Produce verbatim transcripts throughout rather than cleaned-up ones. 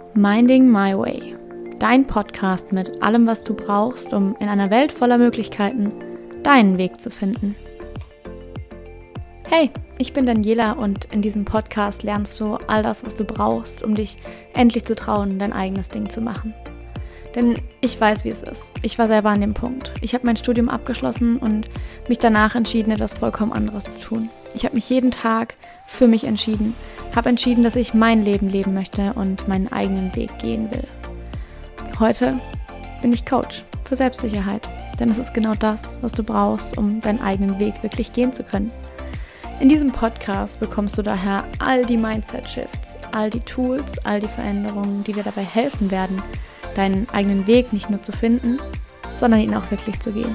Minding My Way, dein Podcast mit allem, was du brauchst, um in einer Welt voller Möglichkeiten deinen Weg zu finden. Hey, ich bin Daniela und in diesem Podcast lernst du all das, was du brauchst, um dich endlich zu trauen, dein eigenes Ding zu machen. Denn ich weiß, wie es ist. Ich war selber an dem Punkt. Ich habe mein Studium abgeschlossen und mich danach entschieden, etwas vollkommen anderes zu tun. Ich habe mich jeden Tag für mich entschieden, habe entschieden, dass ich mein Leben leben möchte und meinen eigenen Weg gehen will. Heute bin ich Coach für Selbstsicherheit, denn es ist genau das, was du brauchst, um deinen eigenen Weg wirklich gehen zu können. In diesem Podcast bekommst du daher all die Mindset-Shifts, all die Tools, all die Veränderungen, die dir dabei helfen werden, deinen eigenen Weg nicht nur zu finden, sondern ihn auch wirklich zu gehen.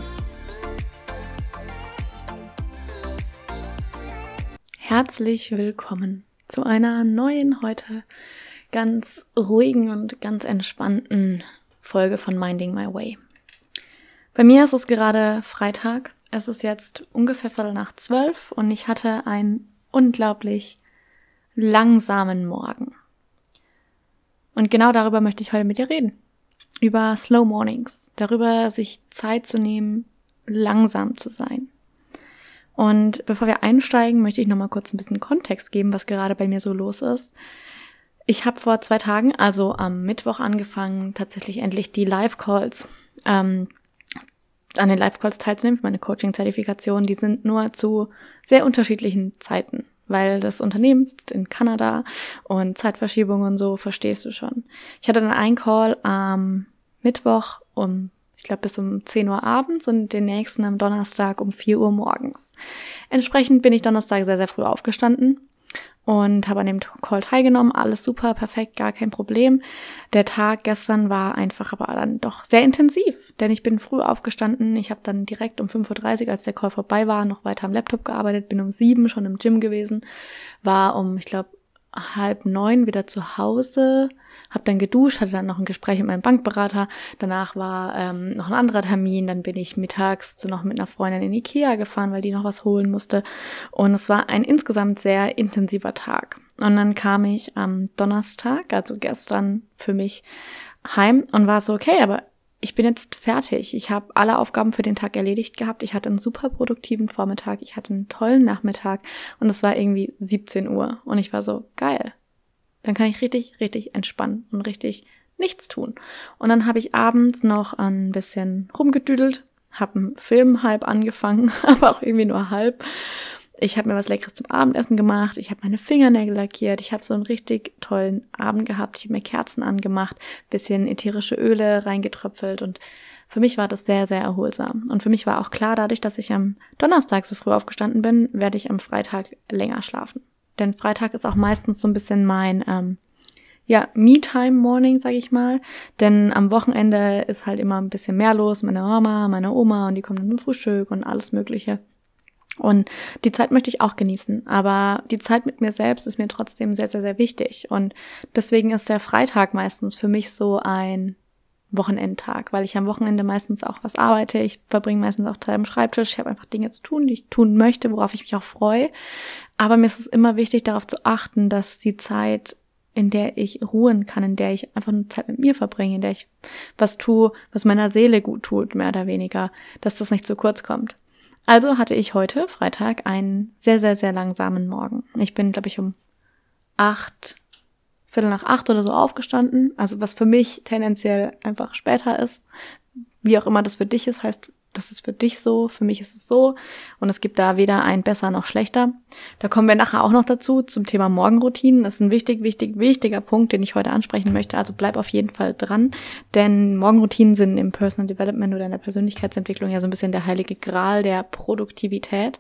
Herzlich willkommen zu einer neuen, heute ganz ruhigen und ganz entspannten Folge von Minding My Way. Bei mir ist es gerade Freitag. Es ist jetzt ungefähr Viertel nach zwölf und ich hatte einen unglaublich langsamen Morgen. Und genau darüber möchte ich heute mit dir reden. Über Slow Mornings, darüber, sich Zeit zu nehmen, langsam zu sein. Und bevor wir einsteigen, möchte ich nochmal kurz ein bisschen Kontext geben, was gerade bei mir so los ist. Ich habe vor zwei Tagen, also am Mittwoch, angefangen, tatsächlich endlich die Live-Calls, ähm, an den Live-Calls teilzunehmen, meine Coaching-Zertifikation. Die sind nur zu sehr unterschiedlichen Zeiten, weil das Unternehmen sitzt in Kanada und Zeitverschiebungen und so, verstehst du schon. Ich hatte dann einen Call am Mittwoch um, ich glaube, bis um zehn Uhr abends und den nächsten am Donnerstag um vier Uhr morgens. Entsprechend bin ich Donnerstag sehr, sehr früh aufgestanden und habe an dem Call teilgenommen. Alles super, perfekt, gar kein Problem. Der Tag gestern war einfach aber dann doch sehr intensiv, denn ich bin früh aufgestanden. Ich habe dann direkt um fünf Uhr dreißig, als der Call vorbei war, noch weiter am Laptop gearbeitet, bin um sieben schon im Gym gewesen, war um, ich glaube, halb neun wieder zu Hause, habe dann geduscht, hatte dann noch ein Gespräch mit meinem Bankberater, danach war ähm, noch ein anderer Termin, dann bin ich mittags so noch mit einer Freundin in Ikea gefahren, weil die noch was holen musste und es war ein insgesamt sehr intensiver Tag. Und dann kam ich am Donnerstag, also gestern, für mich heim und war so, okay, aber ich bin jetzt fertig. Ich habe alle Aufgaben für den Tag erledigt gehabt. Ich hatte einen super produktiven Vormittag. Ich hatte einen tollen Nachmittag. Und es war irgendwie siebzehn Uhr. Und ich war so, geil. Dann kann ich richtig, richtig entspannen und richtig nichts tun. Und dann habe ich abends noch ein bisschen rumgedüdelt, habe einen Film halb angefangen, aber auch irgendwie nur halb. Ich habe mir was Leckeres zum Abendessen gemacht, ich habe meine Fingernägel lackiert, ich habe so einen richtig tollen Abend gehabt, ich habe mir Kerzen angemacht, bisschen ätherische Öle reingetröpfelt und für mich war das sehr, sehr erholsam. Und für mich war auch klar, dadurch, dass ich am Donnerstag so früh aufgestanden bin, werde ich am Freitag länger schlafen. Denn Freitag ist auch meistens so ein bisschen mein ähm, ja Me-Time-Morning, sag ich mal. Denn am Wochenende ist halt immer ein bisschen mehr los, meine Mama, meine Oma und die kommen dann zum Frühstück und alles Mögliche. Und die Zeit möchte ich auch genießen, aber die Zeit mit mir selbst ist mir trotzdem sehr, sehr, sehr wichtig und deswegen ist der Freitag meistens für mich so ein Wochenendtag, weil ich am Wochenende meistens auch was arbeite, ich verbringe meistens auch Zeit am Schreibtisch, ich habe einfach Dinge zu tun, die ich tun möchte, worauf ich mich auch freue, aber mir ist es immer wichtig, darauf zu achten, dass die Zeit, in der ich ruhen kann, in der ich einfach eine Zeit mit mir verbringe, in der ich was tue, was meiner Seele gut tut, mehr oder weniger, dass das nicht zu kurz kommt. Also hatte ich heute, Freitag, einen sehr, sehr, sehr langsamen Morgen. Ich bin, glaube ich, um acht, Viertel nach acht oder so aufgestanden. Also was für mich tendenziell einfach später ist. Wie auch immer das für dich ist, heißt, das ist für dich so, für mich ist es so. Und es gibt da weder ein besser noch schlechter. Da kommen wir nachher auch noch dazu, zum Thema Morgenroutinen. Das ist ein wichtig, wichtig, wichtiger Punkt, den ich heute ansprechen möchte. Also bleib auf jeden Fall dran. Denn Morgenroutinen sind im Personal Development oder in der Persönlichkeitsentwicklung ja so ein bisschen der heilige Gral der Produktivität.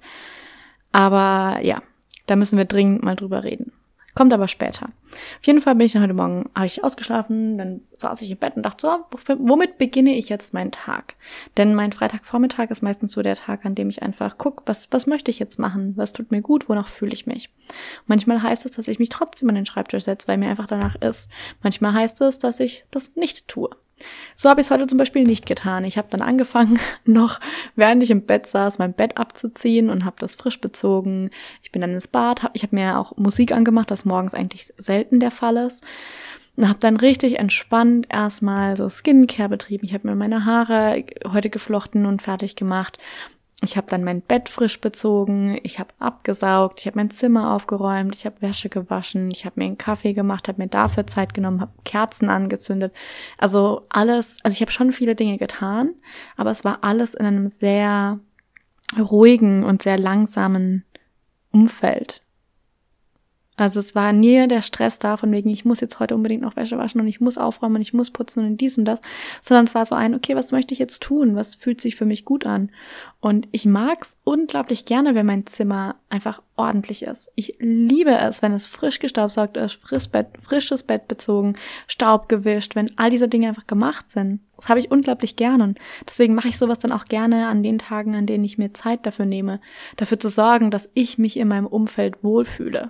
Aber ja, da müssen wir dringend mal drüber reden. Kommt aber später. Auf jeden Fall bin ich dann heute Morgen, habe ich ausgeschlafen, dann saß ich im Bett und dachte so, womit beginne ich jetzt meinen Tag? Denn mein Freitagvormittag ist meistens so der Tag, an dem ich einfach gucke, was, was möchte ich jetzt machen? Was tut mir gut? Wonach fühle ich mich? Manchmal heißt es, dass ich mich trotzdem an den Schreibtisch setze, weil mir einfach danach ist. Manchmal heißt es, dass ich das nicht tue. So habe ich es heute zum Beispiel nicht getan. Ich habe dann angefangen, noch während ich im Bett saß, mein Bett abzuziehen und habe das frisch bezogen. Ich bin dann ins Bad, hab, ich habe mir auch Musik angemacht, was morgens eigentlich selten der Fall ist. Und habe dann richtig entspannt erstmal so Skincare betrieben. Ich habe mir meine Haare heute geflochten und fertig gemacht. Ich habe dann mein Bett frisch bezogen, ich habe abgesaugt, ich habe mein Zimmer aufgeräumt, ich habe Wäsche gewaschen, ich habe mir einen Kaffee gemacht, habe mir dafür Zeit genommen, habe Kerzen angezündet. Also alles, also ich habe schon viele Dinge getan, aber es war alles in einem sehr ruhigen und sehr langsamen Umfeld. Also es war nie der Stress da von wegen, ich muss jetzt heute unbedingt noch Wäsche waschen und ich muss aufräumen und ich muss putzen und dies und das, sondern es war so ein, okay, was möchte ich jetzt tun? Was fühlt sich für mich gut an? Und ich mag's unglaublich gerne, wenn mein Zimmer einfach ordentlich ist. Ich liebe es, wenn es frisch gestaubsaugt ist, frisches Bett, frisches Bett bezogen, Staub gewischt, wenn all diese Dinge einfach gemacht sind. Das habe ich unglaublich gerne und deswegen mache ich sowas dann auch gerne an den Tagen, an denen ich mir Zeit dafür nehme, dafür zu sorgen, dass ich mich in meinem Umfeld wohlfühle.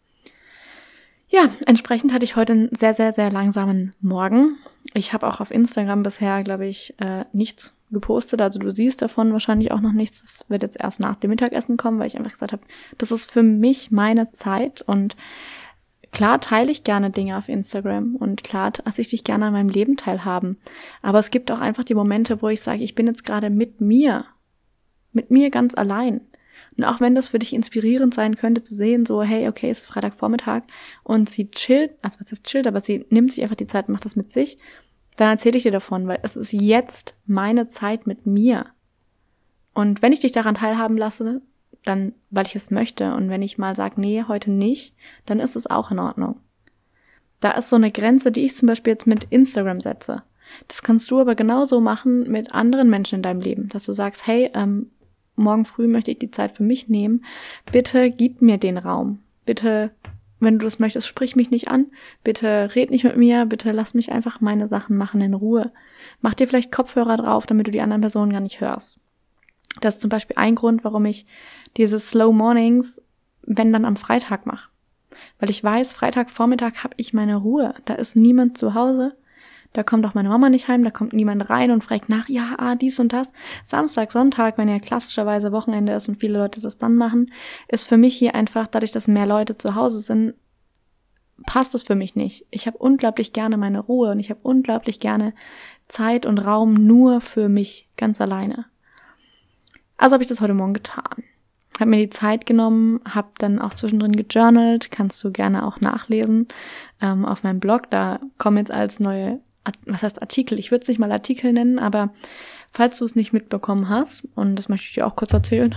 Ja, entsprechend hatte ich heute einen sehr, sehr, sehr langsamen Morgen. Ich habe auch auf Instagram bisher, glaube ich, äh, nichts gepostet. Also du siehst davon wahrscheinlich auch noch nichts. Das wird jetzt erst nach dem Mittagessen kommen, weil ich einfach gesagt habe, das ist für mich meine Zeit. Und klar teile ich gerne Dinge auf Instagram und klar lasse ich dich gerne an meinem Leben teilhaben. Aber es gibt auch einfach die Momente, wo ich sage, ich bin jetzt gerade mit mir, mit mir ganz allein. Und auch wenn das für dich inspirierend sein könnte, zu sehen, so, hey, okay, es ist Freitagvormittag und sie chillt, also was heißt chillt, aber sie nimmt sich einfach die Zeit und macht das mit sich, dann erzähle ich dir davon, weil es ist jetzt meine Zeit mit mir. Und wenn ich dich daran teilhaben lasse, dann, weil ich es möchte, und wenn ich mal sage, nee, heute nicht, dann ist es auch in Ordnung. Da ist so eine Grenze, die ich zum Beispiel jetzt mit Instagram setze. Das kannst du aber genauso machen mit anderen Menschen in deinem Leben, dass du sagst, hey, ähm, morgen früh möchte ich die Zeit für mich nehmen. Bitte gib mir den Raum. Bitte, wenn du das möchtest, sprich mich nicht an. Bitte red nicht mit mir. Bitte lass mich einfach meine Sachen machen in Ruhe. Mach dir vielleicht Kopfhörer drauf, damit du die anderen Personen gar nicht hörst. Das ist zum Beispiel ein Grund, warum ich diese Slow Mornings, wenn dann am Freitag mache. Weil ich weiß, Freitagvormittag habe ich meine Ruhe. Da ist niemand zu Hause. Da kommt auch meine Mama nicht heim, da kommt niemand rein und fragt nach, ja, ah, dies und das. Samstag, Sonntag, wenn ja klassischerweise Wochenende ist und viele Leute das dann machen, ist für mich hier einfach, dadurch, dass mehr Leute zu Hause sind, passt es für mich nicht. Ich habe unglaublich gerne meine Ruhe und ich habe unglaublich gerne Zeit und Raum nur für mich, ganz alleine. Also habe ich das heute Morgen getan. Habe mir die Zeit genommen, habe dann auch zwischendrin gejournalt, kannst du gerne auch nachlesen ähm, auf meinem Blog. Da kommen jetzt als neue was heißt Artikel? Ich würde es nicht mal Artikel nennen, aber falls du es nicht mitbekommen hast, und das möchte ich dir auch kurz erzählen,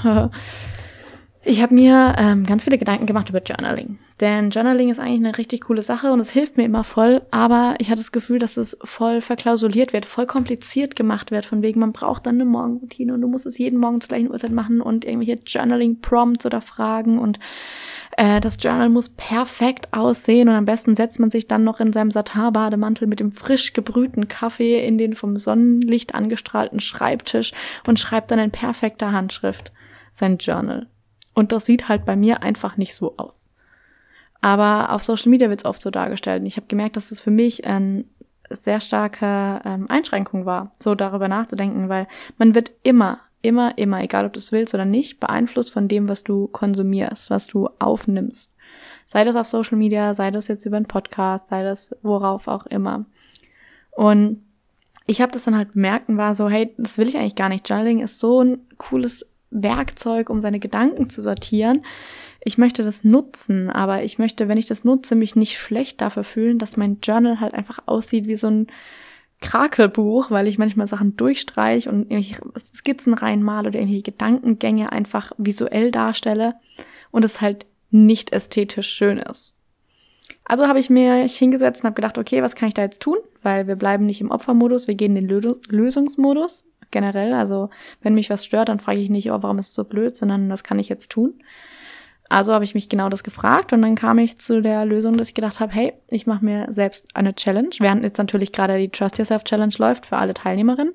ich habe mir ähm, ganz viele Gedanken gemacht über Journaling. Denn Journaling ist eigentlich eine richtig coole Sache und es hilft mir immer voll, aber ich hatte das Gefühl, dass es voll verklausuliert wird, voll kompliziert gemacht wird, von wegen, man braucht dann eine Morgenroutine und du musst es jeden Morgen zur gleichen Uhrzeit machen und irgendwelche Journaling-Prompts oder Fragen und äh, das Journal muss perfekt aussehen und am besten setzt man sich dann noch in seinem Satin-Bademantel mit dem frisch gebrühten Kaffee in den vom Sonnenlicht angestrahlten Schreibtisch und schreibt dann in perfekter Handschrift sein Journal. Und das sieht halt bei mir einfach nicht so aus. Aber auf Social Media wird es oft so dargestellt. Und ich habe gemerkt, dass es für mich eine sehr starke ähm, Einschränkung war, so darüber nachzudenken, weil man wird immer, immer, immer, egal ob du es willst oder nicht, beeinflusst von dem, was du konsumierst, was du aufnimmst. Sei das auf Social Media, sei das jetzt über einen Podcast, sei das worauf auch immer. Und ich habe das dann halt bemerkt und war so, hey, das will ich eigentlich gar nicht. Journaling ist so ein cooles Werkzeug, um seine Gedanken zu sortieren. Ich möchte das nutzen, aber ich möchte, wenn ich das nutze, mich nicht schlecht dafür fühlen, dass mein Journal halt einfach aussieht wie so ein Krakelbuch, weil ich manchmal Sachen durchstreiche und irgendwelche Skizzen reinmale oder irgendwelche Gedankengänge einfach visuell darstelle und es halt nicht ästhetisch schön ist. Also habe ich mich hingesetzt und habe gedacht, okay, was kann ich da jetzt tun? Weil wir bleiben nicht im Opfermodus, wir gehen in den Lö- Lösungsmodus. Generell, also wenn mich was stört, dann frage ich nicht, oh, warum ist es so blöd, sondern was kann ich jetzt tun? Also habe ich mich genau das gefragt und dann kam ich zu der Lösung, dass ich gedacht habe, hey, ich mache mir selbst eine Challenge, während jetzt natürlich gerade die Trust Yourself Challenge läuft für alle Teilnehmerinnen.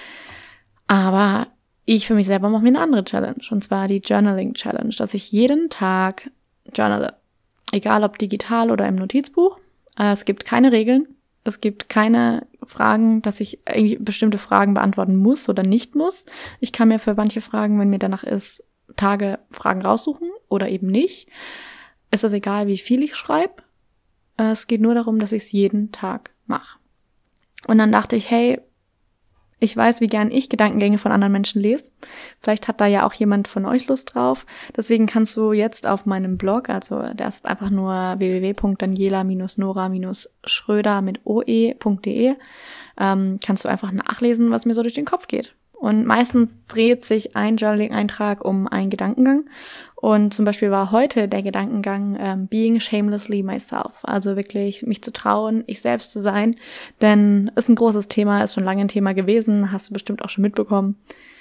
Aber ich für mich selber mache mir eine andere Challenge, und zwar die Journaling Challenge, dass ich jeden Tag journale, egal ob digital oder im Notizbuch. Es gibt keine Regeln. Es gibt keine Fragen, dass ich irgendwie bestimmte Fragen beantworten muss oder nicht muss. Ich kann mir für manche Fragen, wenn mir danach ist, Tage Fragen raussuchen oder eben nicht. Es ist egal, wie viel ich schreibe. Es geht nur darum, dass ich es jeden Tag mache. Und dann dachte ich, hey, ich weiß, wie gern ich Gedankengänge von anderen Menschen lese. Vielleicht hat da ja auch jemand von euch Lust drauf. Deswegen kannst du jetzt auf meinem Blog, also der ist einfach nur w w w punkt daniela nora schröder mit oe punkt de, ähm, kannst du einfach nachlesen, was mir so durch den Kopf geht. Und meistens dreht sich ein Journaling-Eintrag um einen Gedankengang. Und zum Beispiel war heute der Gedankengang ähm, Being Shamelessly Myself. Also wirklich mich zu trauen, ich selbst zu sein. Denn ist ein großes Thema, ist schon lange ein Thema gewesen, hast du bestimmt auch schon mitbekommen.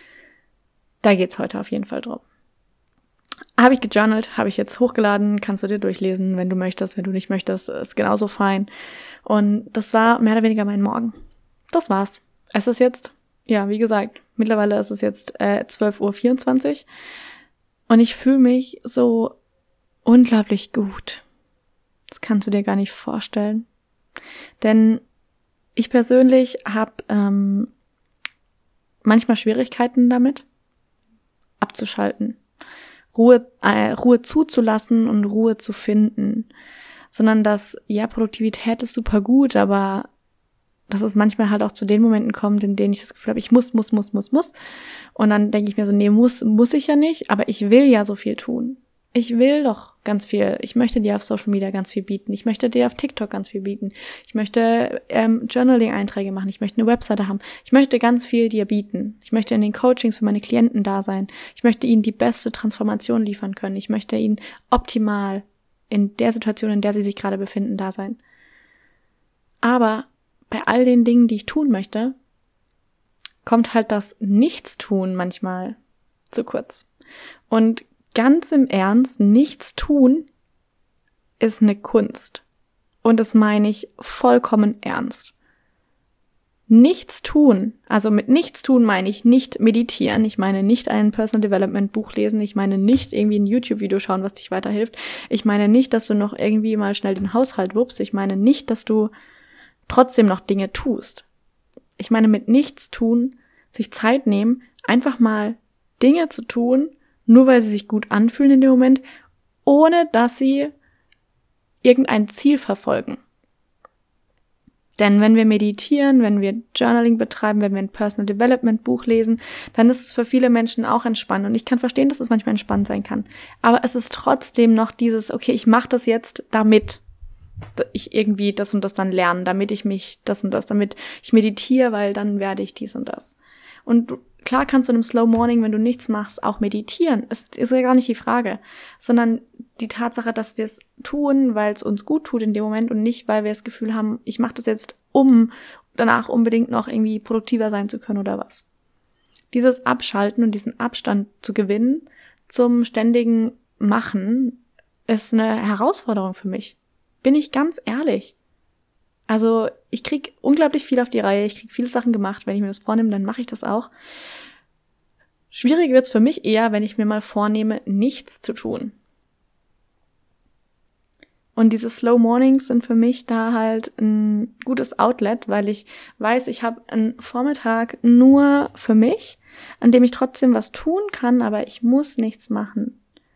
Da geht's heute auf jeden Fall drum. Habe ich gejournalt, habe ich jetzt hochgeladen, kannst du dir durchlesen, wenn du möchtest. Wenn du nicht möchtest, ist genauso fein. Und das war mehr oder weniger mein Morgen. Das war's. Es ist jetzt, ja, wie gesagt, mittlerweile ist es jetzt äh, zwölf Uhr vierundzwanzig und ich fühle mich so unglaublich gut. Das kannst du dir gar nicht vorstellen. Denn ich persönlich habe ähm, manchmal Schwierigkeiten damit, abzuschalten, Ruhe, äh, Ruhe zuzulassen und Ruhe zu finden. Sondern dass, ja, Produktivität ist super gut, aber dass es manchmal halt auch zu den Momenten kommt, in denen ich das Gefühl habe, ich muss, muss, muss, muss, muss. Und dann denke ich mir so, nee, muss, muss ich ja nicht, aber ich will ja so viel tun. Ich will doch ganz viel. Ich möchte dir auf Social Media ganz viel bieten. Ich möchte dir auf TikTok ganz viel bieten. Ich möchte ähm, Journaling-Einträge machen. Ich möchte eine Webseite haben. Ich möchte ganz viel dir bieten. Ich möchte in den Coachings für meine Klienten da sein. Ich möchte ihnen die beste Transformation liefern können. Ich möchte ihnen optimal in der Situation, in der sie sich gerade befinden, da sein. Aber bei all den Dingen, die ich tun möchte, kommt halt das Nichtstun manchmal zu kurz. Und ganz im Ernst, Nichtstun ist eine Kunst. Und das meine ich vollkommen ernst. Nichtstun, also mit Nichtstun meine ich nicht meditieren, ich meine nicht ein Personal Development Buch lesen, ich meine nicht irgendwie ein YouTube-Video schauen, was dich weiterhilft, ich meine nicht, dass du noch irgendwie mal schnell den Haushalt wuppst, ich meine nicht, dass du trotzdem noch Dinge tust. Ich meine mit nichts tun, sich Zeit nehmen, einfach mal Dinge zu tun, nur weil sie sich gut anfühlen in dem Moment, ohne dass sie irgendein Ziel verfolgen. Denn wenn wir meditieren, wenn wir Journaling betreiben, wenn wir ein Personal Development Buch lesen, dann ist es für viele Menschen auch entspannend. Und ich kann verstehen, dass es manchmal entspannt sein kann. Aber es ist trotzdem noch dieses, okay, ich mache das jetzt damit. Ich irgendwie das und das dann lernen, damit ich mich das und das, damit ich meditiere, weil dann werde ich dies und das. Und klar kannst du in einem Slow Morning, wenn du nichts machst, auch meditieren. Es ist ja gar nicht die Frage, sondern die Tatsache, dass wir es tun, weil es uns gut tut in dem Moment und nicht, weil wir das Gefühl haben, ich mache das jetzt, um danach unbedingt noch irgendwie produktiver sein zu können oder was. Dieses Abschalten und diesen Abstand zu gewinnen zum ständigen Machen ist eine Herausforderung für mich. Bin ich ganz ehrlich. Also ich krieg unglaublich viel auf die Reihe, ich krieg viele Sachen gemacht. Wenn ich mir das vornehme, dann mache ich das auch. Schwierig wird's für mich eher, wenn ich mir mal vornehme, nichts zu tun. Und diese Slow Mornings sind für mich da halt ein gutes Outlet, weil ich weiß, ich habe einen Vormittag nur für mich, an dem ich trotzdem was tun kann, aber ich muss nichts machen.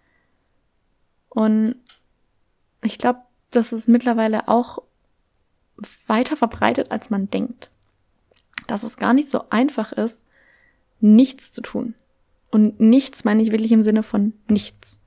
Und ich glaube, das ist mittlerweile auch weiter verbreitet, als man denkt. Dass es gar nicht so einfach ist, nichts zu tun. Und nichts meine ich wirklich im Sinne von nichts.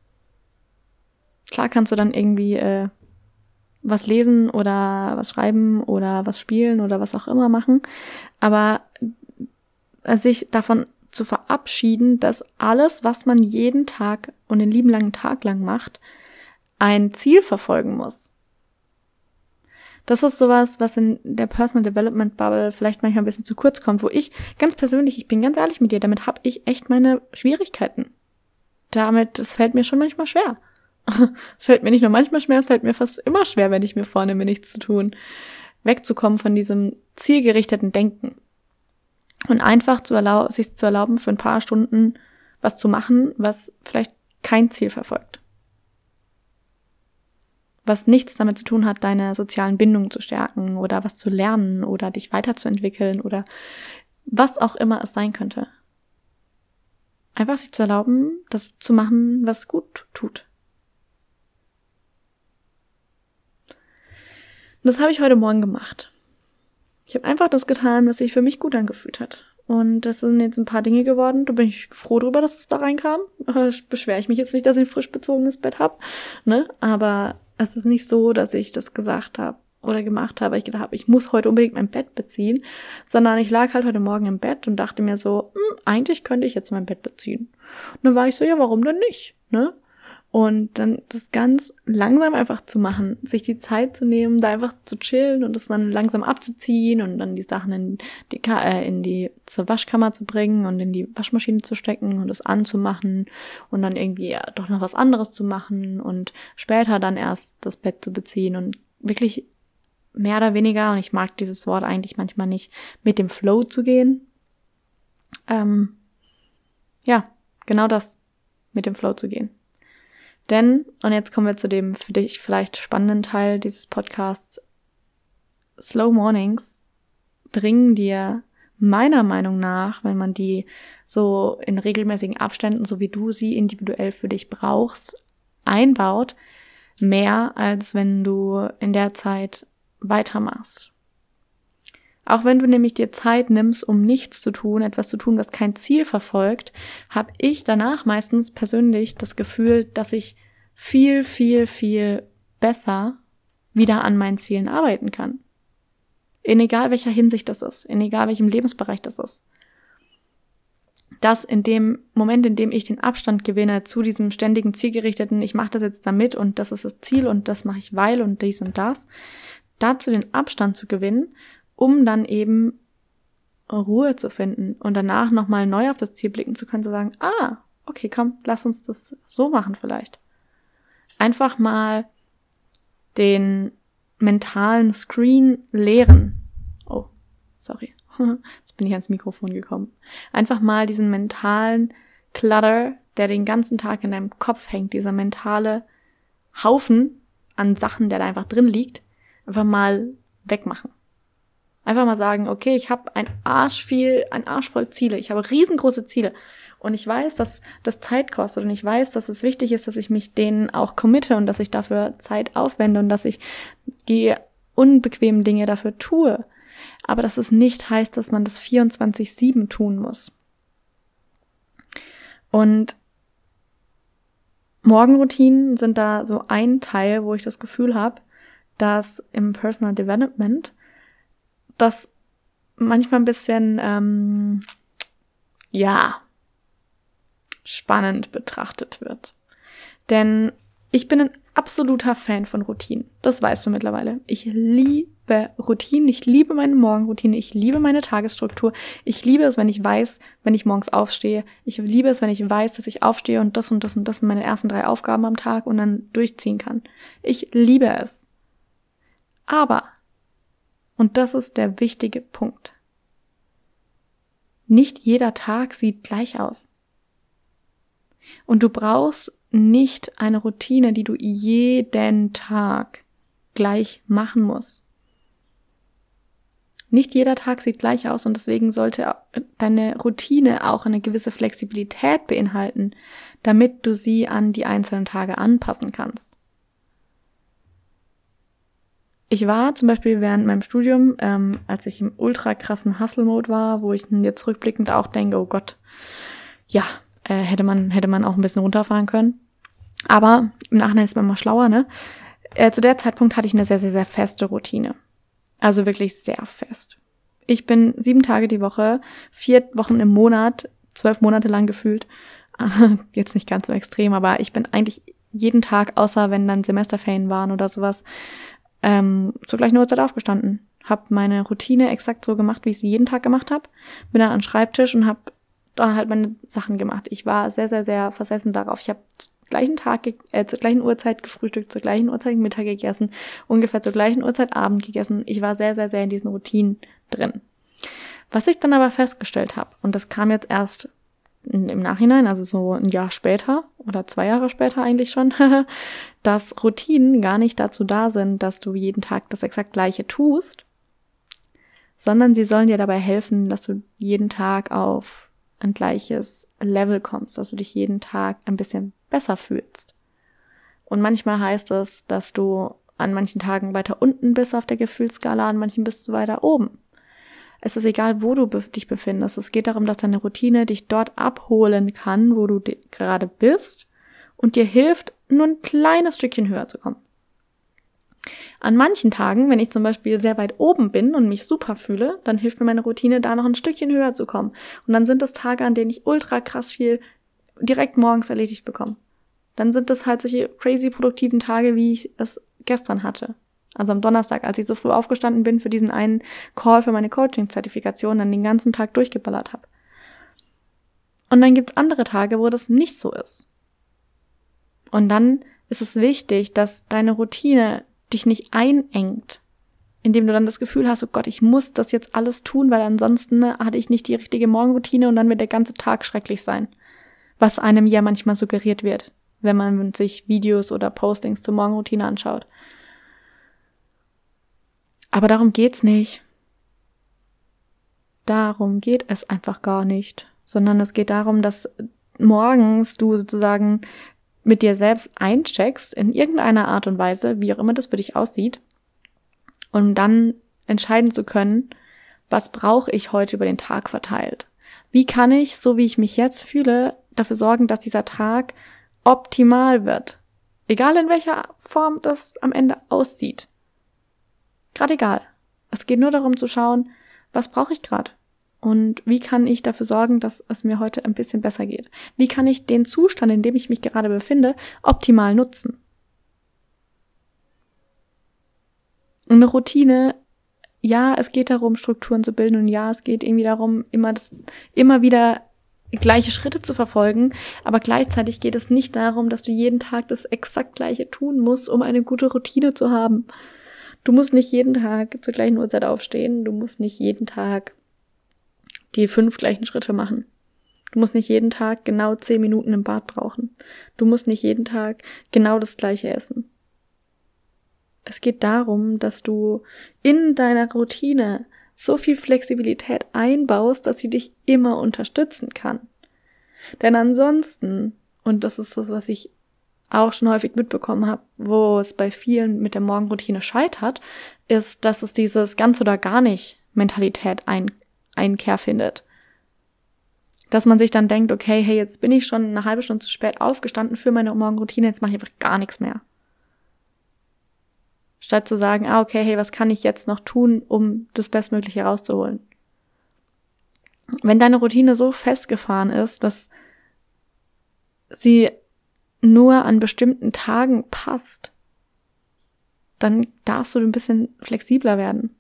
Klar kannst du dann irgendwie äh, was lesen oder was schreiben oder was spielen oder was auch immer machen, aber sich davon zu verabschieden, dass alles, was man jeden Tag und den lieben langen Tag lang macht, ein Ziel verfolgen muss. Das ist sowas, was in der Personal Development Bubble vielleicht manchmal ein bisschen zu kurz kommt, wo ich ganz persönlich, ich bin ganz ehrlich mit dir, damit habe ich echt meine Schwierigkeiten. Damit, das fällt mir schon manchmal schwer. Es fällt mir nicht nur manchmal schwer, es fällt mir fast immer schwer, wenn ich mir vornehme, nichts zu tun, wegzukommen von diesem zielgerichteten Denken und einfach zu erlau- sich zu erlauben, für ein paar Stunden was zu machen, was vielleicht kein Ziel verfolgt. Was nichts damit zu tun hat, deine sozialen Bindungen zu stärken oder was zu lernen oder dich weiterzuentwickeln oder was auch immer es sein könnte. Einfach sich zu erlauben, das zu machen, was gut tut. das habe ich heute Morgen gemacht. Ich habe einfach das getan, was sich für mich gut angefühlt hat. Und das sind jetzt ein paar Dinge geworden. Da bin ich froh drüber, dass es da reinkam. Äh, beschwere ich mich jetzt nicht, dass ich ein frisch bezogenes Bett habe. Ne? Aber es ist nicht so, dass ich das gesagt habe oder gemacht habe. Ich gedacht habe, ich muss heute unbedingt mein Bett beziehen. Sondern ich lag halt heute Morgen im Bett und dachte mir so, hm, eigentlich könnte ich jetzt mein Bett beziehen. Und dann war ich so, ja, warum denn nicht? Ne? Und dann das ganz langsam einfach zu machen, sich die Zeit zu nehmen, da einfach zu chillen und das dann langsam abzuziehen und dann die Sachen in die, äh, in die zur Waschkammer zu bringen und in die Waschmaschine zu stecken und es anzumachen und dann irgendwie ja, doch noch was anderes zu machen und später dann erst das Bett zu beziehen und wirklich mehr oder weniger, und ich mag dieses Wort eigentlich manchmal nicht, mit dem Flow zu gehen. Ähm, ja, genau das, mit dem Flow zu gehen. Denn, und jetzt kommen wir zu dem für dich vielleicht spannenden Teil dieses Podcasts, Slow Mornings bringen dir meiner Meinung nach, wenn man die so in regelmäßigen Abständen, so wie du sie individuell für dich brauchst, einbaut, mehr als wenn du in der Zeit weitermachst. Auch wenn du nämlich dir Zeit nimmst, um nichts zu tun, etwas zu tun, was kein Ziel verfolgt, habe ich danach meistens persönlich das Gefühl, dass ich viel, viel, viel besser wieder an meinen Zielen arbeiten kann. In egal welcher Hinsicht das ist, in egal welchem Lebensbereich das ist. Dass in dem Moment, in dem ich den Abstand gewinne zu diesem ständigen zielgerichteten, ich mache das jetzt damit und das ist das Ziel und das mache ich weil und dies und das, dazu den Abstand zu gewinnen, um dann eben Ruhe zu finden und danach nochmal neu auf das Ziel blicken zu können, zu sagen, ah, okay, komm, lass uns das so machen vielleicht. Einfach mal den mentalen Screen leeren. Oh, sorry, jetzt bin ich ans Mikrofon gekommen. Einfach mal diesen mentalen Clutter, der den ganzen Tag in deinem Kopf hängt, dieser mentale Haufen an Sachen, der da einfach drin liegt, einfach mal wegmachen. Einfach mal sagen, okay, ich habe ein Arsch viel, ein Arsch voll Ziele. Ich habe riesengroße Ziele. Und ich weiß, dass das Zeit kostet. Und ich weiß, dass es wichtig ist, dass ich mich denen auch committe und dass ich dafür Zeit aufwende und dass ich die unbequemen Dinge dafür tue. Aber dass es nicht heißt, dass man das vierundzwanzig sieben tun muss. Und Morgenroutinen sind da so ein Teil, wo ich das Gefühl habe, dass im Personal Development das manchmal ein bisschen, ähm, ja, spannend betrachtet wird. Denn ich bin ein absoluter Fan von Routinen. Das weißt du mittlerweile. Ich liebe Routinen. Ich liebe meine Morgenroutine. Ich liebe meine Tagesstruktur. Ich liebe es, wenn ich weiß, wenn ich morgens aufstehe. Ich liebe es, wenn ich weiß, dass ich aufstehe und das und das und das sind meine ersten drei Aufgaben am Tag und dann durchziehen kann. Ich liebe es. Aber und das ist der wichtige Punkt. Nicht jeder Tag sieht gleich aus. Und du brauchst nicht eine Routine, die du jeden Tag gleich machen musst. Nicht jeder Tag sieht gleich aus und deswegen sollte deine Routine auch eine gewisse Flexibilität beinhalten, damit du sie an die einzelnen Tage anpassen kannst. Ich war zum Beispiel während meinem Studium, ähm, als ich im ultra krassen Hustle-Mode war, wo ich jetzt rückblickend auch denke, oh Gott, ja, äh, hätte man hätte man auch ein bisschen runterfahren können. Aber im Nachhinein ist man mal schlauer, ne? Äh, zu der Zeitpunkt hatte ich eine sehr, sehr, sehr feste Routine. Also wirklich sehr fest. Ich bin sieben Tage die Woche, vier Wochen im Monat, zwölf Monate lang gefühlt. Jetzt nicht ganz so extrem, aber ich bin eigentlich jeden Tag, außer wenn dann Semesterferien waren oder sowas, ähm, zur gleichen Uhrzeit aufgestanden. Hab meine Routine exakt so gemacht, wie ich sie jeden Tag gemacht habe. Bin dann an den Schreibtisch und hab dann halt meine Sachen gemacht. Ich war sehr, sehr, sehr versessen darauf. Ich habe zum gleichen Tag, äh, zur gleichen Uhrzeit gefrühstückt, zur gleichen Uhrzeit Mittag gegessen, ungefähr zur gleichen Uhrzeit Abend gegessen. Ich war sehr, sehr, sehr in diesen Routinen drin. Was ich dann aber festgestellt habe, und das kam jetzt erst im Nachhinein, also so ein Jahr später oder zwei Jahre später eigentlich schon, dass Routinen gar nicht dazu da sind, dass du jeden Tag das exakt Gleiche tust, sondern sie sollen dir dabei helfen, dass du jeden Tag auf ein gleiches Level kommst, dass du dich jeden Tag ein bisschen besser fühlst. Und manchmal heißt es, dass du an manchen Tagen weiter unten bist auf der Gefühlsskala, an manchen bist du weiter oben. Es ist egal, wo du dich befindest. Es geht darum, dass deine Routine dich dort abholen kann, wo du gerade bist und dir hilft, nur ein kleines Stückchen höher zu kommen. An manchen Tagen, wenn ich zum Beispiel sehr weit oben bin und mich super fühle, dann hilft mir meine Routine, da noch ein Stückchen höher zu kommen. Und dann sind es Tage, an denen ich ultra krass viel direkt morgens erledigt bekomme. Dann sind das halt solche crazy produktiven Tage, wie ich es gestern hatte. Also am Donnerstag, als ich so früh aufgestanden bin für diesen einen Call für meine Coaching-Zertifikation, dann den ganzen Tag durchgeballert habe. Und dann gibt's andere Tage, wo das nicht so ist. Und dann ist es wichtig, dass deine Routine dich nicht einengt, indem du dann das Gefühl hast, oh Gott, ich muss das jetzt alles tun, weil ansonsten hatte ich nicht die richtige Morgenroutine und dann wird der ganze Tag schrecklich sein. Was einem ja manchmal suggeriert wird, wenn man sich Videos oder Postings zur Morgenroutine anschaut. Aber darum geht's nicht. Darum geht es einfach gar nicht. Sondern es geht darum, dass morgens du sozusagen mit dir selbst eincheckst, in irgendeiner Art und Weise, wie auch immer das für dich aussieht, um dann entscheiden zu können, was brauche ich heute über den Tag verteilt? Wie kann ich, so wie ich mich jetzt fühle, dafür sorgen, dass dieser Tag optimal wird? Egal in welcher Form das am Ende aussieht. Gerade egal. Es geht nur darum zu schauen, was brauche ich gerade? Und wie kann ich dafür sorgen, dass es mir heute ein bisschen besser geht? Wie kann ich den Zustand, in dem ich mich gerade befinde, optimal nutzen? Eine Routine, ja, es geht darum, Strukturen zu bilden und ja, es geht irgendwie darum, immer das, immer wieder gleiche Schritte zu verfolgen, aber gleichzeitig geht es nicht darum, dass du jeden Tag das exakt Gleiche tun musst, um eine gute Routine zu haben. Du musst nicht jeden Tag zur gleichen Uhrzeit aufstehen, du musst nicht jeden Tag die fünf gleichen Schritte machen. Du musst nicht jeden Tag genau zehn Minuten im Bad brauchen. Du musst nicht jeden Tag genau das Gleiche essen. Es geht darum, dass du in deiner Routine so viel Flexibilität einbaust, dass sie dich immer unterstützen kann. Denn ansonsten, und das ist das, was ich auch schon häufig mitbekommen habe, wo es bei vielen mit der Morgenroutine scheitert, ist, dass es dieses ganz oder gar nicht Mentalität ein Einkehr findet. Dass man sich dann denkt, okay, hey, jetzt bin ich schon eine halbe Stunde zu spät aufgestanden für meine Morgenroutine, jetzt mache ich einfach gar nichts mehr. Statt zu sagen, ah, okay, hey, was kann ich jetzt noch tun, um das Bestmögliche rauszuholen? Wenn deine Routine so festgefahren ist, dass sie nur an bestimmten Tagen passt, dann darfst du ein bisschen flexibler werden.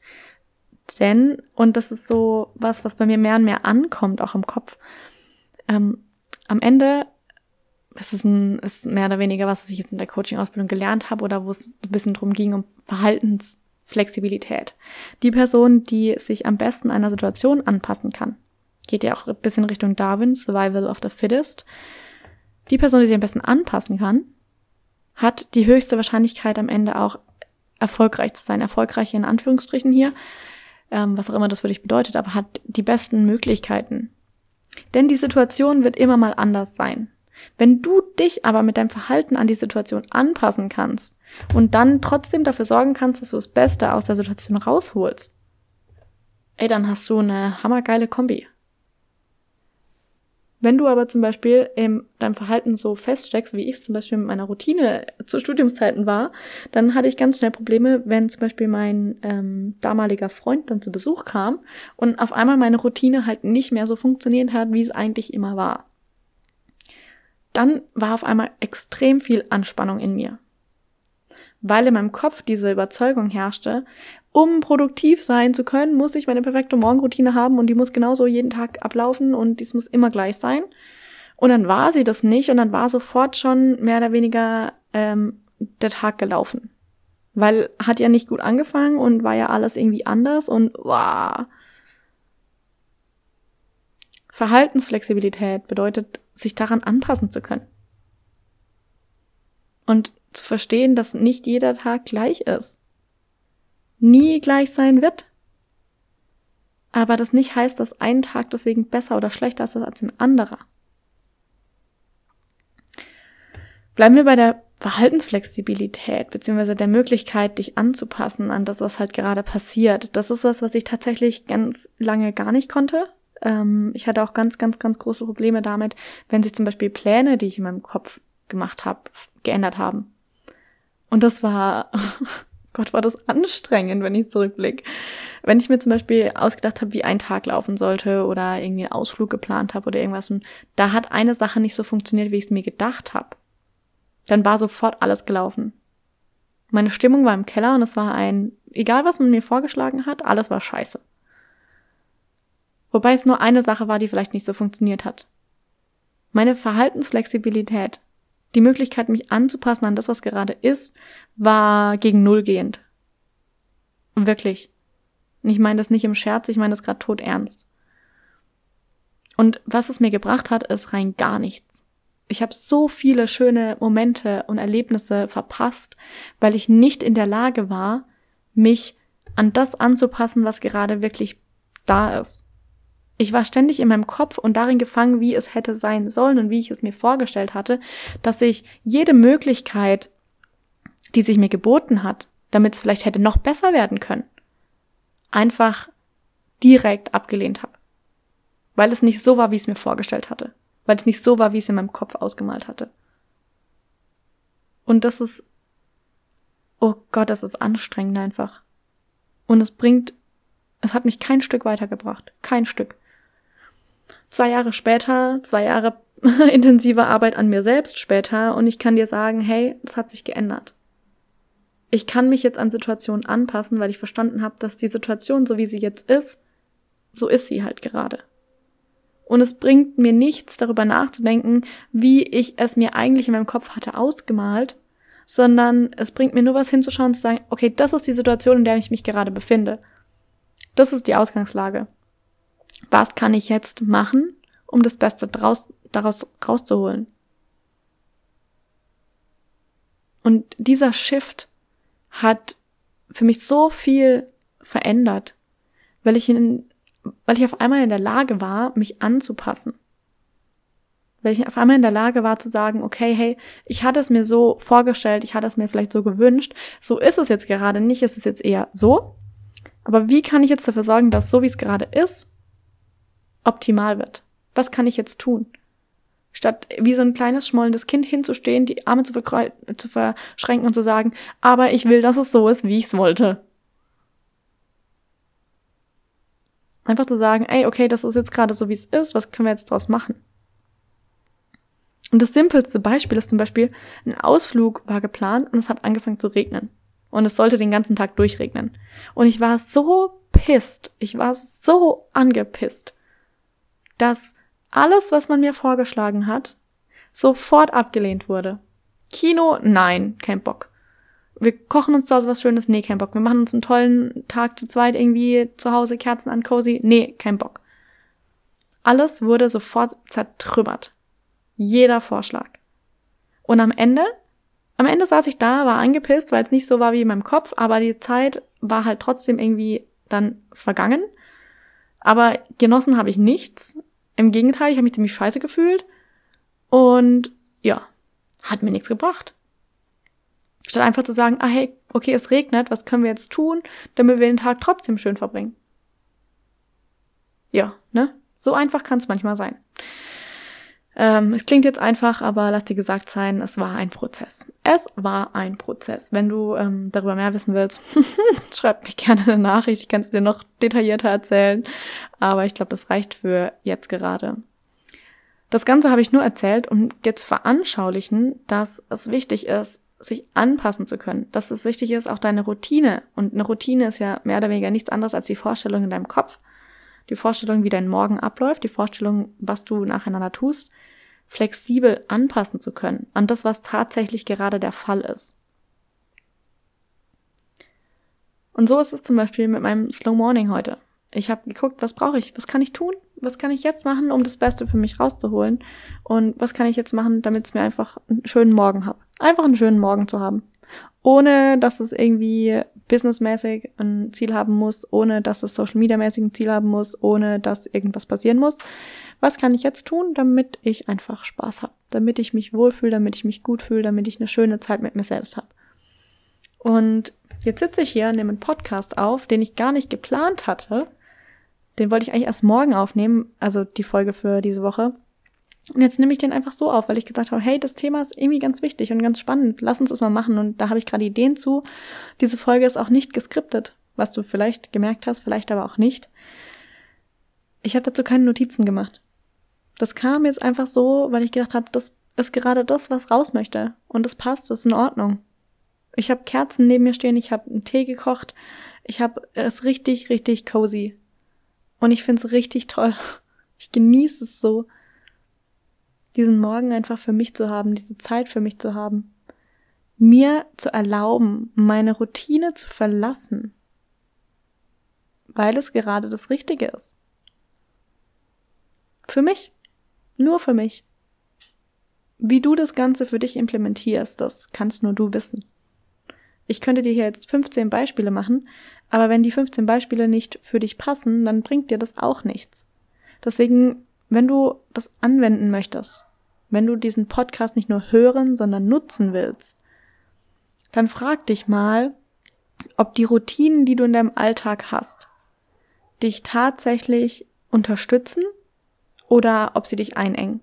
Denn, und das ist so was, was bei mir mehr und mehr ankommt, auch im Kopf, ähm, am Ende ist es ein, ist mehr oder weniger was, was ich jetzt in der Coaching-Ausbildung gelernt habe oder wo es ein bisschen drum ging, um Verhaltensflexibilität. Die Person, die sich am besten einer Situation anpassen kann, geht ja auch ein bisschen Richtung Darwin, Survival of the Fittest. Die Person, die sich am besten anpassen kann, hat die höchste Wahrscheinlichkeit am Ende auch erfolgreich zu sein. Erfolgreich in Anführungsstrichen hier, ähm, was auch immer das für dich bedeutet, aber hat die besten Möglichkeiten. Denn die Situation wird immer mal anders sein. Wenn du dich aber mit deinem Verhalten an die Situation anpassen kannst und dann trotzdem dafür sorgen kannst, dass du das Beste aus der Situation rausholst, ey, dann hast du eine hammergeile Kombi. Wenn du aber zum Beispiel in deinem Verhalten so feststeckst, wie ich es zum Beispiel mit meiner Routine zu Studiumszeiten war, dann hatte ich ganz schnell Probleme, wenn zum Beispiel mein ähm, damaliger Freund dann zu Besuch kam und auf einmal meine Routine halt nicht mehr so funktioniert hat, wie es eigentlich immer war. Dann war auf einmal extrem viel Anspannung in mir, weil in meinem Kopf diese Überzeugung herrschte, um produktiv sein zu können, muss ich meine perfekte Morgenroutine haben und die muss genauso jeden Tag ablaufen und dies muss immer gleich sein. Und dann war sie das nicht und dann war sofort schon mehr oder weniger ähm, der Tag gelaufen. Weil hat ja nicht gut angefangen und war ja alles irgendwie anders und wow. Verhaltensflexibilität bedeutet, sich daran anpassen zu können. Und zu verstehen, dass nicht jeder Tag gleich ist. Nie gleich sein wird. Aber das nicht heißt, dass ein Tag deswegen besser oder schlechter ist als ein anderer. Bleiben wir bei der Verhaltensflexibilität, beziehungsweise der Möglichkeit, dich anzupassen an das, was halt gerade passiert. Das ist was, was ich tatsächlich ganz lange gar nicht konnte. Ähm, ich hatte auch ganz, ganz, ganz große Probleme damit, wenn sich zum Beispiel Pläne, die ich in meinem Kopf gemacht habe, geändert haben. Und das war, Gott, war das anstrengend, wenn ich zurückblicke. Wenn ich mir zum Beispiel ausgedacht habe, wie ein Tag laufen sollte oder irgendwie einen Ausflug geplant habe oder irgendwas und da hat eine Sache nicht so funktioniert, wie ich es mir gedacht habe, dann war sofort alles gelaufen. Meine Stimmung war im Keller und es war ein, egal was man mir vorgeschlagen hat, alles war scheiße. Wobei es nur eine Sache war, die vielleicht nicht so funktioniert hat. Meine Verhaltensflexibilität, die Möglichkeit, mich anzupassen an das, was gerade ist, war gegen Null gehend. Und wirklich. Und ich meine das nicht im Scherz, ich meine das gerade todernst. Und was es mir gebracht hat, ist rein gar nichts. Ich habe so viele schöne Momente und Erlebnisse verpasst, weil ich nicht in der Lage war, mich an das anzupassen, was gerade wirklich da ist. Ich war ständig in meinem Kopf und darin gefangen, wie es hätte sein sollen und wie ich es mir vorgestellt hatte, dass ich jede Möglichkeit, die sich mir geboten hat, damit es vielleicht hätte noch besser werden können, einfach direkt abgelehnt habe. Weil es nicht so war, wie ich es mir vorgestellt hatte. Weil es nicht so war, wie ich es in meinem Kopf ausgemalt hatte. Und das ist, oh Gott, das ist anstrengend einfach. Und es bringt, es hat mich kein Stück weitergebracht. Kein Stück. Zwei Jahre später, zwei Jahre intensive Arbeit an mir selbst später und ich kann dir sagen, hey, das hat sich geändert. Ich kann mich jetzt an Situationen anpassen, weil ich verstanden habe, dass die Situation, so wie sie jetzt ist, so ist sie halt gerade. Und es bringt mir nichts, darüber nachzudenken, wie ich es mir eigentlich in meinem Kopf hatte ausgemalt, sondern es bringt mir nur was hinzuschauen und zu sagen, okay, das ist die Situation, in der ich mich gerade befinde. Das ist die Ausgangslage. Was kann ich jetzt machen, um das Beste draus, daraus rauszuholen? Und dieser Shift hat für mich so viel verändert, weil ich in, weil ich auf einmal in der Lage war, mich anzupassen. Weil ich auf einmal in der Lage war zu sagen, okay, hey, ich hatte es mir so vorgestellt, ich hatte es mir vielleicht so gewünscht, so ist es jetzt gerade nicht, es ist jetzt eher so. Aber wie kann ich jetzt dafür sorgen, dass so wie es gerade ist, optimal wird? Was kann ich jetzt tun? Statt wie so ein kleines, schmollendes Kind hinzustehen, die Arme zu, verkreu- zu verschränken und zu sagen, aber ich will, dass es so ist, wie ich es wollte. Einfach zu sagen, ey, okay, das ist jetzt gerade so, wie es ist, was können wir jetzt draus machen? Und das simpelste Beispiel ist zum Beispiel, ein Ausflug war geplant und es hat angefangen zu regnen. Und es sollte den ganzen Tag durchregnen. Und ich war so pisst, ich war so angepisst, dass alles, was man mir vorgeschlagen hat, sofort abgelehnt wurde. Kino? Nein, kein Bock. Wir kochen uns zu Hause was Schönes? Nee, kein Bock. Wir machen uns einen tollen Tag zu zweit irgendwie zu Hause, Kerzen an, cozy? Nee, kein Bock. Alles wurde sofort zertrümmert. Jeder Vorschlag. Und am Ende, am Ende saß ich da, war angepisst, weil es nicht so war wie in meinem Kopf, aber die Zeit war halt trotzdem irgendwie dann vergangen. Aber genossen habe ich nichts. Im Gegenteil, ich habe mich ziemlich scheiße gefühlt. Und ja, hat mir nichts gebracht. Statt einfach zu sagen, ah hey, okay, es regnet, was können wir jetzt tun, damit wir den Tag trotzdem schön verbringen? Ja, ne? So einfach kann es manchmal sein. Ähm, es klingt jetzt einfach, aber lass dir gesagt sein, es war ein Prozess. Es war ein Prozess. Wenn du ähm, darüber mehr wissen willst, schreib mir gerne eine Nachricht. Ich kann es dir noch detaillierter erzählen. Aber ich glaube, das reicht für jetzt gerade. Das Ganze habe ich nur erzählt, um dir zu veranschaulichen, dass es wichtig ist, sich anpassen zu können. Dass es wichtig ist, auch deine Routine. Und eine Routine ist ja mehr oder weniger nichts anderes als die Vorstellung in deinem Kopf. Die Vorstellung, wie dein Morgen abläuft, die Vorstellung, was du nacheinander tust, flexibel anpassen zu können an das, was tatsächlich gerade der Fall ist. Und so ist es zum Beispiel mit meinem Slow Morning heute. Ich habe geguckt, was brauche ich, was kann ich tun, was kann ich jetzt machen, um das Beste für mich rauszuholen und was kann ich jetzt machen, damit es mir einfach einen schönen Morgen habe. Einfach einen schönen Morgen zu haben. ohne dass es irgendwie businessmäßig ein Ziel haben muss, ohne dass es social-media-mäßig ein Ziel haben muss, ohne dass irgendwas passieren muss. Was kann ich jetzt tun, damit ich einfach Spaß habe, damit ich mich wohlfühle, damit ich mich gut fühle, damit ich eine schöne Zeit mit mir selbst habe. Und jetzt sitze ich hier und nehme einen Podcast auf, den ich gar nicht geplant hatte. Den wollte ich eigentlich erst morgen aufnehmen, also die Folge für diese Woche. Und jetzt nehme ich den einfach so auf, weil ich gesagt habe, hey, das Thema ist irgendwie ganz wichtig und ganz spannend. Lass uns das mal machen. Und da habe ich gerade Ideen zu. Diese Folge ist auch nicht geskriptet, was du vielleicht gemerkt hast, vielleicht aber auch nicht. Ich habe dazu keine Notizen gemacht. Das kam jetzt einfach so, weil ich gedacht habe, das ist gerade das, was raus möchte. Und das passt, das ist in Ordnung. Ich habe Kerzen neben mir stehen, ich habe einen Tee gekocht. Ich habe es richtig, richtig cozy. Und ich finde es richtig toll. Ich genieße es so, diesen Morgen einfach für mich zu haben, diese Zeit für mich zu haben. Mir zu erlauben, meine Routine zu verlassen. Weil es gerade das Richtige ist. Für mich. Nur für mich. Wie du das Ganze für dich implementierst, das kannst nur du wissen. Ich könnte dir hier jetzt fünfzehn Beispiele machen, aber wenn die fünfzehn Beispiele nicht für dich passen, dann bringt dir das auch nichts. Deswegen, wenn du das anwenden möchtest, wenn du diesen Podcast nicht nur hören, sondern nutzen willst, dann frag dich mal, ob die Routinen, die du in deinem Alltag hast, dich tatsächlich unterstützen oder ob sie dich einengen.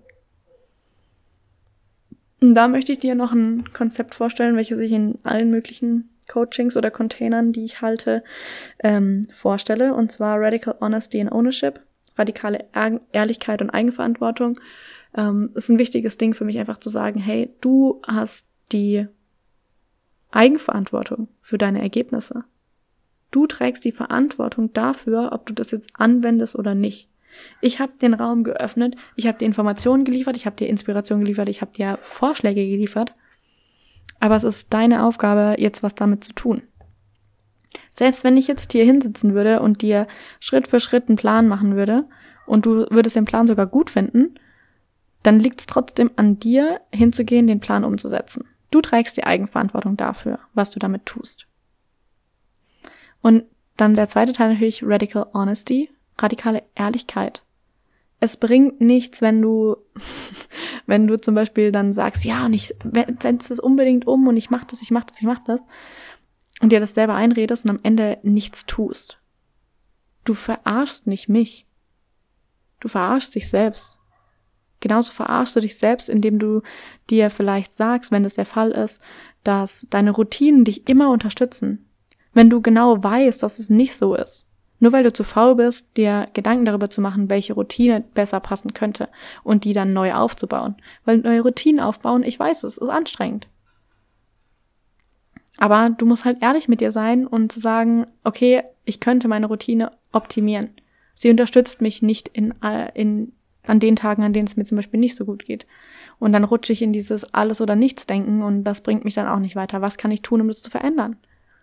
Und da möchte ich dir noch ein Konzept vorstellen, welches ich in allen möglichen Coachings oder Containern, die ich halte, ähm, vorstelle. Und zwar Radical Honesty and Ownership, radikale Ehr- Ehrlichkeit und Eigenverantwortung. Ähm, ist ein wichtiges Ding für mich, einfach zu sagen, hey, du hast die Eigenverantwortung für deine Ergebnisse. Du trägst die Verantwortung dafür, ob du das jetzt anwendest oder nicht. Ich habe den Raum geöffnet, ich habe dir Informationen geliefert, ich habe dir Inspiration geliefert, ich habe dir Vorschläge geliefert. Aber es ist deine Aufgabe, jetzt was damit zu tun. Selbst wenn ich jetzt hier hinsitzen würde und dir Schritt für Schritt einen Plan machen würde und du würdest den Plan sogar gut finden, dann liegt es trotzdem an dir, hinzugehen, den Plan umzusetzen. Du trägst die Eigenverantwortung dafür, was du damit tust. Und dann der zweite Teil natürlich Radical Honesty, radikale Ehrlichkeit. Es bringt nichts, wenn du, wenn du zum Beispiel dann sagst, ja, und ich setze es unbedingt um und ich mach das, ich mach das, ich mach das und dir das selber einredest und am Ende nichts tust. Du verarschst nicht mich. Du verarschst dich selbst. Genauso verarschst du dich selbst, indem du dir vielleicht sagst, wenn das der Fall ist, dass deine Routinen dich immer unterstützen. Wenn du genau weißt, dass es nicht so ist. Nur weil du zu faul bist, dir Gedanken darüber zu machen, welche Routine besser passen könnte und die dann neu aufzubauen. Weil neue Routinen aufbauen, ich weiß es, ist anstrengend. Aber du musst halt ehrlich mit dir sein und zu sagen, okay, ich könnte meine Routine optimieren. Sie unterstützt mich nicht in, in, an den Tagen, an denen es mir zum Beispiel nicht so gut geht. Und dann rutsche ich in dieses Alles- oder Nichts-Denken und das bringt mich dann auch nicht weiter. Was kann ich tun, um das zu verändern?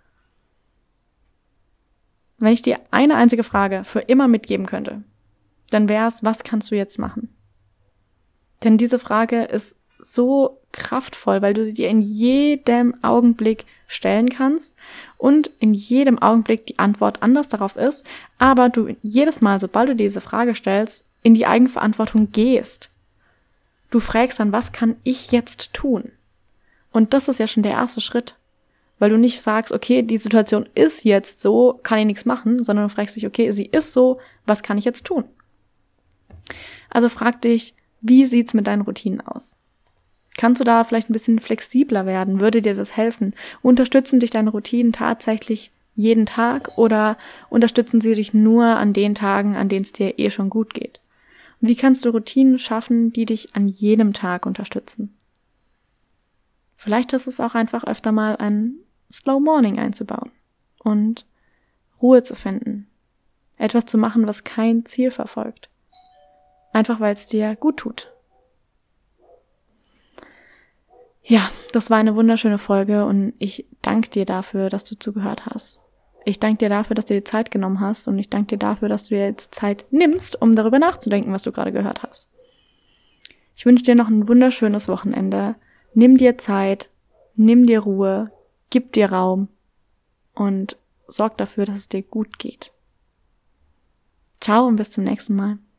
Wenn ich dir eine einzige Frage für immer mitgeben könnte, dann wäre es, was kannst du jetzt machen? Denn diese Frage ist so kraftvoll, weil du sie dir in jedem Augenblick stellen kannst und in jedem Augenblick die Antwort anders darauf ist, aber du jedes Mal, sobald du diese Frage stellst, in die Eigenverantwortung gehst. Du fragst dann, was kann ich jetzt tun? Und das ist ja schon der erste Schritt. Weil du nicht sagst, okay, die Situation ist jetzt so, kann ich nichts machen, sondern du fragst dich, okay, sie ist so, was kann ich jetzt tun? Also frag dich, wie sieht's mit deinen Routinen aus? Kannst du da vielleicht ein bisschen flexibler werden? Würde dir das helfen? Unterstützen dich deine Routinen tatsächlich jeden Tag oder unterstützen sie dich nur an den Tagen, an denen es dir eh schon gut geht? Und wie kannst du Routinen schaffen, die dich an jedem Tag unterstützen? Vielleicht ist es auch einfach öfter mal ein Slow Morning einzubauen und Ruhe zu finden. Etwas zu machen, was kein Ziel verfolgt. Einfach weil es dir gut tut. Ja, das war eine wunderschöne Folge und ich danke dir dafür, dass du zugehört hast. Ich danke dir dafür, dass du dir Zeit genommen hast und ich danke dir dafür, dass du dir jetzt Zeit nimmst, um darüber nachzudenken, was du gerade gehört hast. Ich wünsche dir noch ein wunderschönes Wochenende. Nimm dir Zeit, nimm dir Ruhe, gib dir Raum und sorg dafür, dass es dir gut geht. Ciao und bis zum nächsten Mal.